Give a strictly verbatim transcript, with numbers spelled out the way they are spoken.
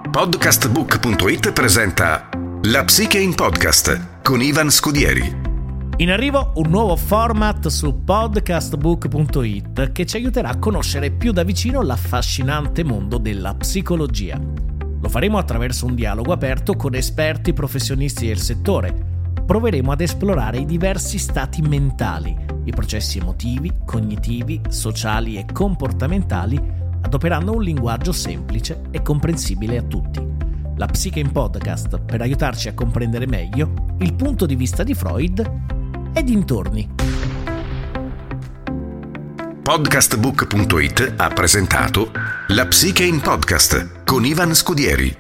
Podcastbook punto it presenta La Psiche in Podcast con Ivan Scudieri. In arrivo un nuovo format su Podcastbook punto it che ci aiuterà a conoscere più da vicino l'affascinante mondo della psicologia. Lo faremo attraverso un dialogo aperto con esperti professionisti del settore. Proveremo ad esplorare i diversi stati mentali, i processi emotivi, cognitivi, sociali e comportamentali, adoperando un linguaggio semplice e comprensibile a tutti. La Psiche in Podcast per aiutarci a comprendere meglio il punto di vista di Freud e dintorni. Podcastbook punto it ha presentato La Psiche in Podcast con Ivan Scudieri.